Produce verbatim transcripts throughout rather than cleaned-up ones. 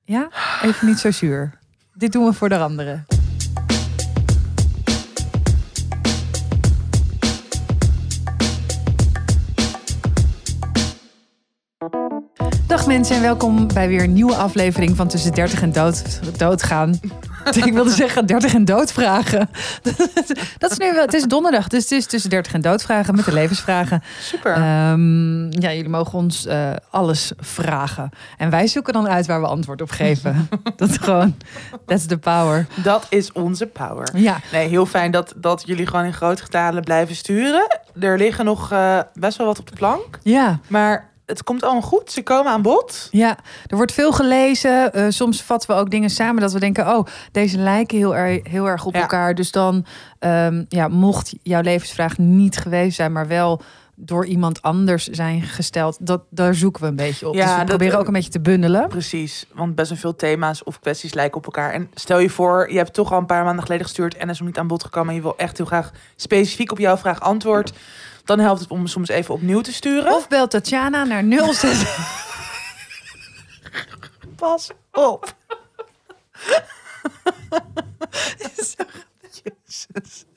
Ja, even niet zo zuur. Dit doen we voor de anderen. Dag mensen en welkom bij weer een nieuwe aflevering van Tussen dertig en dood, doodgaan. Ik wilde zeggen dertig en doodvragen. Dat is nu wel. Het is donderdag, dus het is Tussen dertig en doodvragen met de levensvragen. Super. Um, ja, jullie mogen ons uh, alles vragen. En wij zoeken dan uit waar we antwoord op geven. Dat is gewoon, that's the power. Dat is onze power. Ja. Nee, heel fijn dat, dat jullie gewoon in grote getalen blijven sturen. Er liggen nog uh, best wel wat op de plank. Ja. Maar het komt allemaal goed. Ze komen aan bod. Ja, er wordt veel gelezen. Uh, soms vatten we ook dingen samen dat we denken, oh, deze lijken heel erg, heel erg op ja. elkaar. Dus dan, um, ja, mocht jouw levensvraag niet geweest zijn, maar wel door iemand anders zijn gesteld, dat, daar zoeken we een beetje op. Ja, dus we dat, proberen ook een beetje te bundelen. Precies, want best wel veel thema's of kwesties lijken op elkaar. En stel je voor, je hebt toch al een paar maanden geleden gestuurd en is nog niet aan bod gekomen en je wil echt heel graag specifiek op jouw vraag antwoord. Dan helpt het om soms even opnieuw te sturen. Of bel Tatjana naar nul zes. Pas op. Jezus.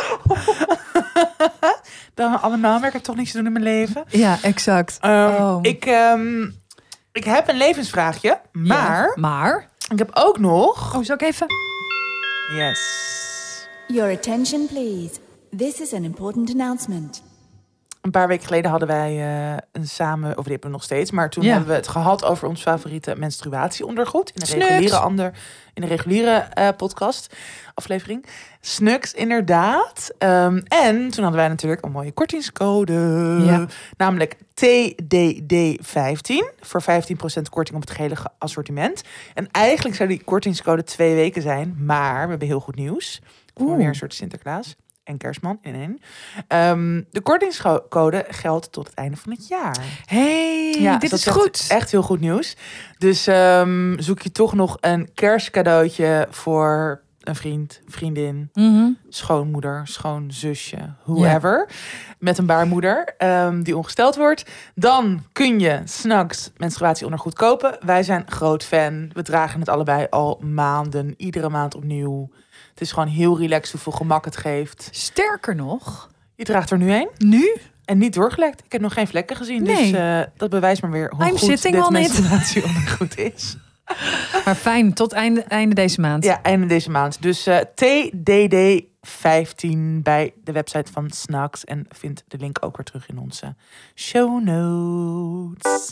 Dan allemaal, maar ik heb toch niks te doen in mijn leven. Ja, exact. Um, oh. ik, um, ik heb een levensvraagje, maar... Ja, maar? Ik heb ook nog... Oh, zal ik even? Yes. Your attention, please. This is an important announcement. Een paar weken geleden hadden wij uh, een samen, of die hebben we nog steeds, maar toen ja. hebben we het gehad over ons favoriete menstruatieondergoed in de Snuks. reguliere ander, in de reguliere uh, podcast aflevering. Snuks, inderdaad. Um, en toen hadden wij natuurlijk een mooie kortingscode, ja. namelijk T D D vijftien voor vijftien procent korting op het gehele assortiment. En eigenlijk zou die kortingscode twee weken zijn, maar we hebben heel goed nieuws. Voor weer een soort Sinterklaas en Kerstman in één. Um, de kortingscode geldt tot het einde van het jaar. Hey, ja, dit dat is goed. Echt heel goed nieuws. Dus um, zoek je toch nog een kerstcadeautje voor een vriend, vriendin, mm-hmm. schoonmoeder, schoonzusje, whoever. Ja. Met een baarmoeder um, die ongesteld wordt. Dan kun je Snuggs menstruatieondergoed kopen. Wij zijn groot fan. We dragen het allebei al maanden. Iedere maand opnieuw. Het is gewoon heel relaxed hoeveel gemak het geeft. Sterker nog. Je draagt er nu een. Nu? En niet doorgelekt. Ik heb nog geen vlekken gezien. Nee. Dus uh, dat bewijst maar weer hoe I'm goed dit on menstruatieondergoed is. Maar fijn, tot einde, einde deze maand. Ja, einde deze maand. Dus uh, T D D vijftien bij de website van Snuggs. En vind de link ook weer terug in onze show notes.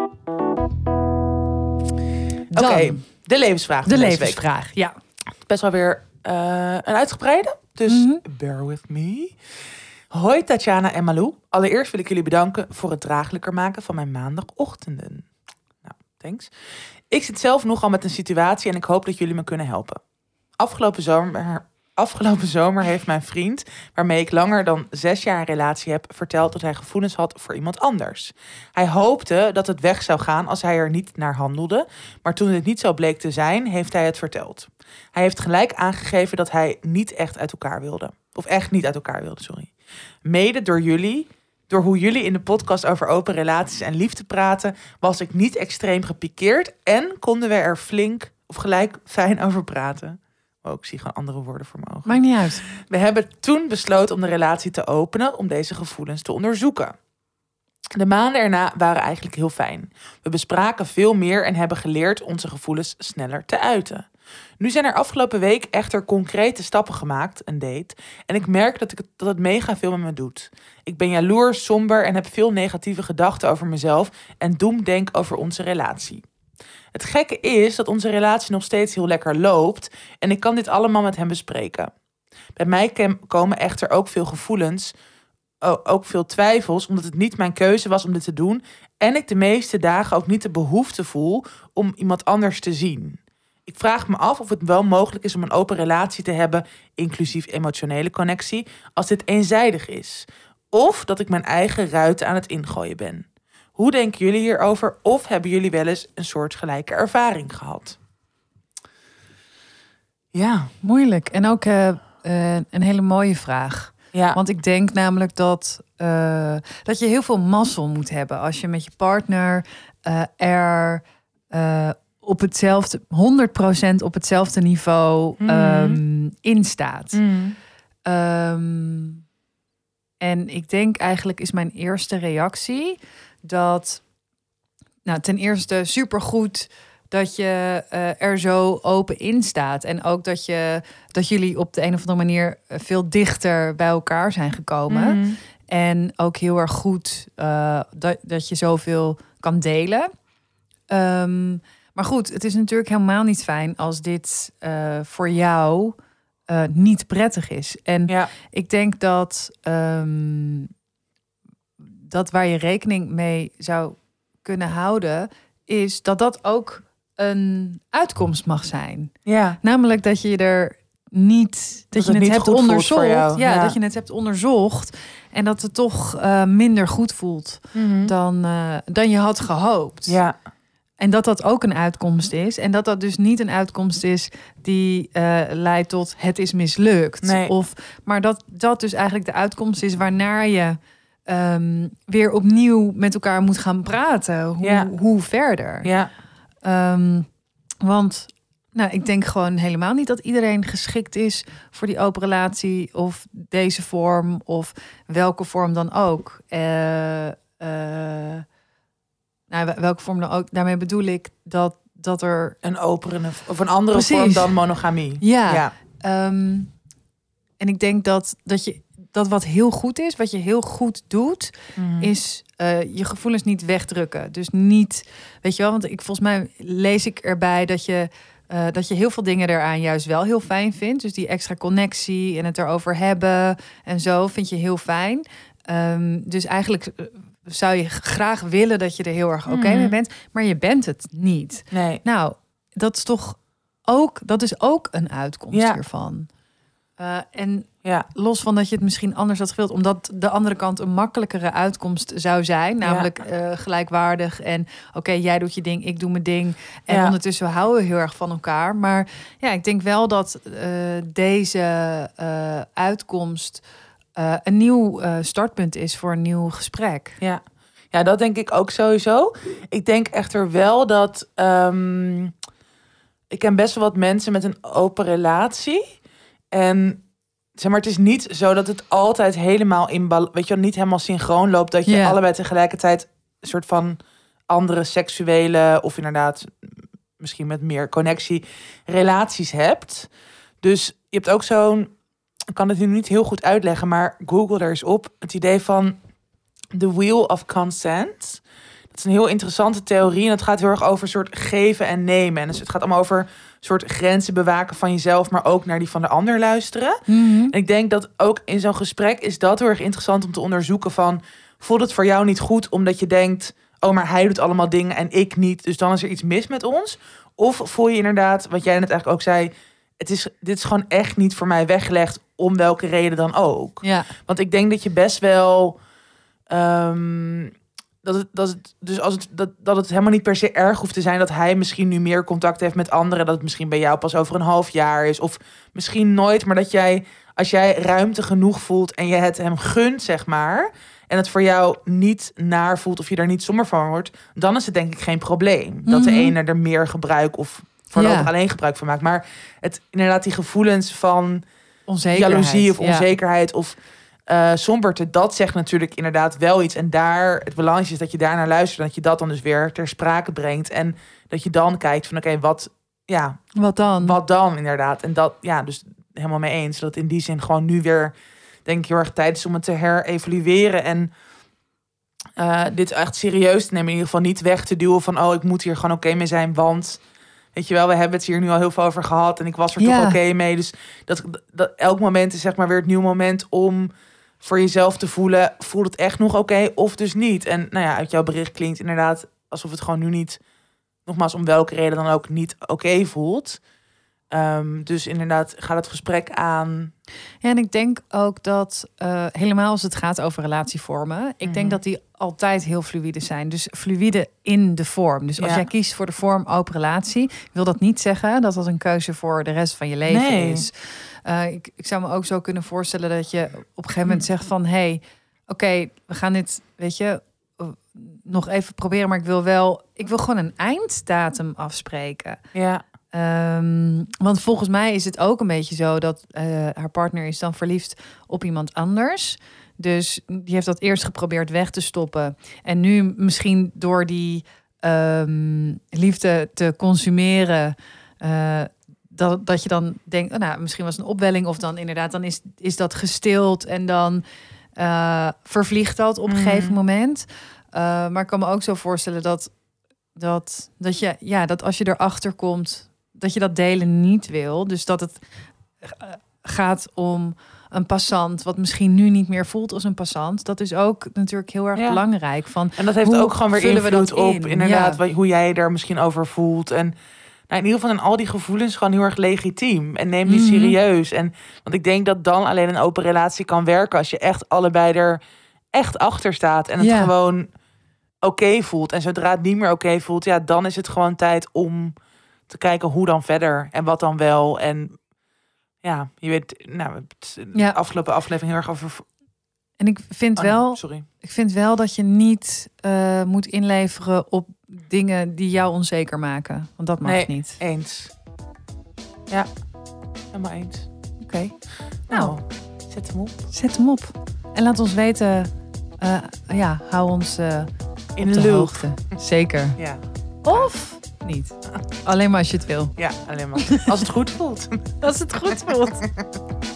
Oké, okay, de levensvraag. De levensvraag, ja. Best wel weer uh, een uitgebreide. Dus mm-hmm. bear with me. Hoi Tatjana en Malou. Allereerst wil ik jullie bedanken voor het draaglijker maken van mijn maandagochtenden. Nou, thanks. Ik zit zelf nogal met een situatie en ik hoop dat jullie me kunnen helpen. Afgelopen zomer, afgelopen zomer heeft mijn vriend, waarmee ik langer dan zes jaar een relatie heb, verteld dat hij gevoelens had voor iemand anders. Hij hoopte dat het weg zou gaan als hij er niet naar handelde, maar toen het niet zo bleek te zijn, heeft hij het verteld. Hij heeft gelijk aangegeven dat hij niet echt uit elkaar wilde. Of echt niet uit elkaar wilde, sorry. Mede door jullie, door hoe jullie in de podcast over open relaties en liefde praten, was ik niet extreem gepikeerd en konden we er flink of gelijk fijn over praten. Oh, ik zie gewoon andere woorden voor mijn ogen. Maakt niet uit. We hebben toen besloten om de relatie te openen om deze gevoelens te onderzoeken. De maanden erna waren eigenlijk heel fijn. We bespraken veel meer en hebben geleerd onze gevoelens sneller te uiten. Nu zijn er afgelopen week echter concrete stappen gemaakt, een date. En ik merk dat, ik het, dat het mega veel met me doet. Ik ben jaloers, somber en heb veel negatieve gedachten over mezelf en doemdenk over onze relatie. Het gekke is dat onze relatie nog steeds heel lekker loopt en ik kan dit allemaal met hem bespreken. Bij mij komen echter ook veel gevoelens, ook veel twijfels, omdat het niet mijn keuze was om dit te doen en ik de meeste dagen ook niet de behoefte voel om iemand anders te zien. Ik vraag me af of het wel mogelijk is om een open relatie te hebben, inclusief emotionele connectie, als dit eenzijdig is. Of dat ik mijn eigen ruiten aan het ingooien ben. Hoe denken jullie hierover? Of hebben jullie wel eens een soortgelijke ervaring gehad? Ja, moeilijk. En ook uh, uh, een hele mooie vraag. Ja. Want ik denk namelijk dat, uh, dat je heel veel mazzel moet hebben als je met je partner uh, er uh, op hetzelfde, honderd procent op hetzelfde niveau Mm. um, instaat. Mm. Um, en ik denk eigenlijk is mijn eerste reactie dat, nou, ten eerste supergoed dat je uh, er zo open in staat. En ook dat, je, dat jullie op de een of andere manier veel dichter bij elkaar zijn gekomen. Mm. En ook heel erg goed uh, dat, dat je zoveel kan delen. Um, maar goed, het is natuurlijk helemaal niet fijn als dit uh, voor jou uh, niet prettig is. En Ja. ik denk dat, um, dat waar je rekening mee zou kunnen houden, is dat dat ook een uitkomst mag zijn. Ja. Namelijk dat je er niet, dat, Dat je het het, niet hebt goed voelt voor onderzocht. jou. Ja, Ja. dat je het hebt onderzocht en dat het toch uh, minder goed voelt Mm-hmm. dan, uh, dan je had gehoopt. Ja. En dat dat ook een uitkomst is. En dat dat dus niet een uitkomst is die uh, leidt tot het is mislukt. Nee. Of, maar dat dat dus eigenlijk de uitkomst is waarnaar je um, weer opnieuw met elkaar moet gaan praten. Hoe, Ja. hoe verder. Ja. Um, want nou, ik denk gewoon helemaal niet dat iedereen geschikt is voor die open relatie of deze vorm of welke vorm dan ook. Uh, uh, nou, welke vorm dan ook. Daarmee bedoel ik dat, dat er Een operende of een andere Precies. vorm dan monogamie. Ja. Ja. Um, en ik denk dat, dat je dat wat heel goed is, wat je heel goed doet, Mm. is uh, je gevoelens niet wegdrukken. Dus niet, weet je wel, want ik volgens mij lees ik erbij dat je uh, dat je heel veel dingen eraan juist wel heel fijn vindt. Dus die extra connectie en het erover hebben en zo vind je heel fijn. Um, dus eigenlijk zou je graag willen dat je er heel erg oké okay Mm. mee bent, maar je bent het niet. Nee. Nou, dat is toch ook, dat is ook een uitkomst Ja. hiervan. Uh, en Ja. los van dat je het misschien anders had gewild, omdat de andere kant een makkelijkere uitkomst zou zijn, namelijk ja. uh, gelijkwaardig en oké, okay, jij doet je ding, ik doe mijn ding en Ja. ondertussen houden we heel erg van elkaar. Maar ja, ik denk wel dat uh, deze uh, uitkomst uh, een nieuw uh, startpunt is voor een nieuw gesprek. Ja. Ja, dat denk ik ook sowieso. Ik denk echter wel dat um, ik ken best wel wat mensen met een open relatie. En zeg maar, het is niet zo dat het altijd helemaal in bal- weet je wel, niet helemaal synchroon loopt, dat je Ja. allebei tegelijkertijd een soort van andere seksuele of inderdaad misschien met meer connectie relaties hebt. Dus je hebt ook zo'n, ik kan het nu niet heel goed uitleggen, maar Google er eens op het idee van the wheel of consent. Dat is een heel interessante theorie en het gaat heel erg over een soort geven en nemen. En dus het gaat allemaal over een soort grenzen bewaken van jezelf, maar ook naar die van de ander luisteren. Mm-hmm. En ik denk dat ook in zo'n gesprek is dat heel erg interessant om te onderzoeken van, voelt het voor jou niet goed omdat je denkt, oh, maar hij doet allemaal dingen en ik niet, dus dan is er iets mis met ons? Of voel je inderdaad, wat jij net eigenlijk ook zei, het is, dit is gewoon echt niet voor mij weggelegd, om welke reden dan ook. Ja. Want ik denk dat je best wel Um, dat het, dat het, dus als het, dat, dat het helemaal niet per se erg hoeft te zijn dat hij misschien nu meer contact heeft met anderen, dat het misschien bij jou pas over een half jaar is, of misschien nooit, maar dat jij, als jij ruimte genoeg voelt en je het hem gunt, zeg maar, en het voor jou niet naar voelt of je daar niet somber van wordt, dan is het denk ik geen probleem. Mm-hmm. Dat de ene er meer gebruik of voorlopig ja. alleen gebruik van maakt. Maar het inderdaad die gevoelens van jaloezie of onzekerheid ja. of Uh, somberte, dat zegt natuurlijk inderdaad wel iets. En daar, het belangrijkste is dat je daar naar luistert en dat je dat dan dus weer ter sprake brengt. En dat je dan kijkt van oké, okay, wat, ja, wat dan? Wat dan inderdaad? En dat, ja, dus helemaal mee eens. Dat in die zin gewoon nu weer, denk ik, heel erg tijd is om het te herevalueren. En uh, dit echt serieus te nemen. In ieder geval niet weg te duwen van, oh, ik moet hier gewoon oké okay mee zijn, want weet je wel, we hebben het hier nu al heel veel over gehad en ik was er ja. toch oké okay mee. Dus dat, dat elk moment is zeg maar weer het nieuwe moment om voor jezelf te voelen, voelt het echt nog oké okay, of dus niet. En nou ja, uit jouw bericht klinkt inderdaad alsof het gewoon nu niet, nogmaals om welke reden dan ook, niet oké okay voelt. Um, dus inderdaad, gaat het gesprek aan. Ja, en ik denk ook dat uh, helemaal als het gaat over relatievormen, ik mm. denk dat die altijd heel fluïde zijn. Dus fluïde in de vorm. Dus als ja. jij kiest voor de vorm open relatie, wil dat niet zeggen dat dat een keuze voor de rest van je leven nee. is. Uh, ik, ik zou me ook zo kunnen voorstellen dat je op een gegeven moment zegt van, hey, oké, okay, we gaan dit, weet je, uh, nog even proberen, maar ik wil wel, ik wil gewoon een einddatum afspreken. Ja. Um, want volgens mij is het ook een beetje zo dat uh, haar partner is dan verliefd op iemand anders. Dus die heeft dat eerst geprobeerd weg te stoppen. En nu misschien door die um, liefde te consumeren, uh, dat, dat je dan denkt, oh, nou, misschien was het een opwelling, of dan inderdaad, dan is, is dat gestild en dan uh, vervliegt dat op een Mm. gegeven moment. Uh, maar ik kan me ook zo voorstellen dat, dat, dat, je, ja, dat als je erachter komt, dat je dat delen niet wil. Dus dat het uh, gaat om een passant, wat misschien nu niet meer voelt als een passant. Dat is ook natuurlijk heel erg Ja. belangrijk. Van, En dat heeft hoe ook gewoon weer vullen we invloed dat op, in? inderdaad, Ja. wat, hoe jij je er misschien over voelt. En nou, in ieder geval zijn al die gevoelens gewoon heel erg legitiem. En neem die Mhm. serieus. En, want ik denk dat dan alleen een open relatie kan werken als je echt allebei er echt achter staat. En het Ja. gewoon oké voelt. En zodra het niet meer oké voelt, ja, dan is het gewoon tijd om te kijken hoe dan verder. En wat dan wel. En ja, je weet, nou, we hebben het Ja. de afgelopen aflevering heel erg over... En ik vind Oh, nee, wel, sorry. ik vind wel dat je niet uh, moet inleveren op dingen die jou onzeker maken. Want dat mag Nee. niet. Eens. Ja, helemaal eens. Oké, Nou, nou, zet hem op. zet hem op. En laat ons weten, uh, ja, hou ons uh, In op de de loop. hoogte. Zeker. Ja, Of niet. Alleen maar als je het wil. ja, alleen maar. Als het goed voelt. Als het goed voelt.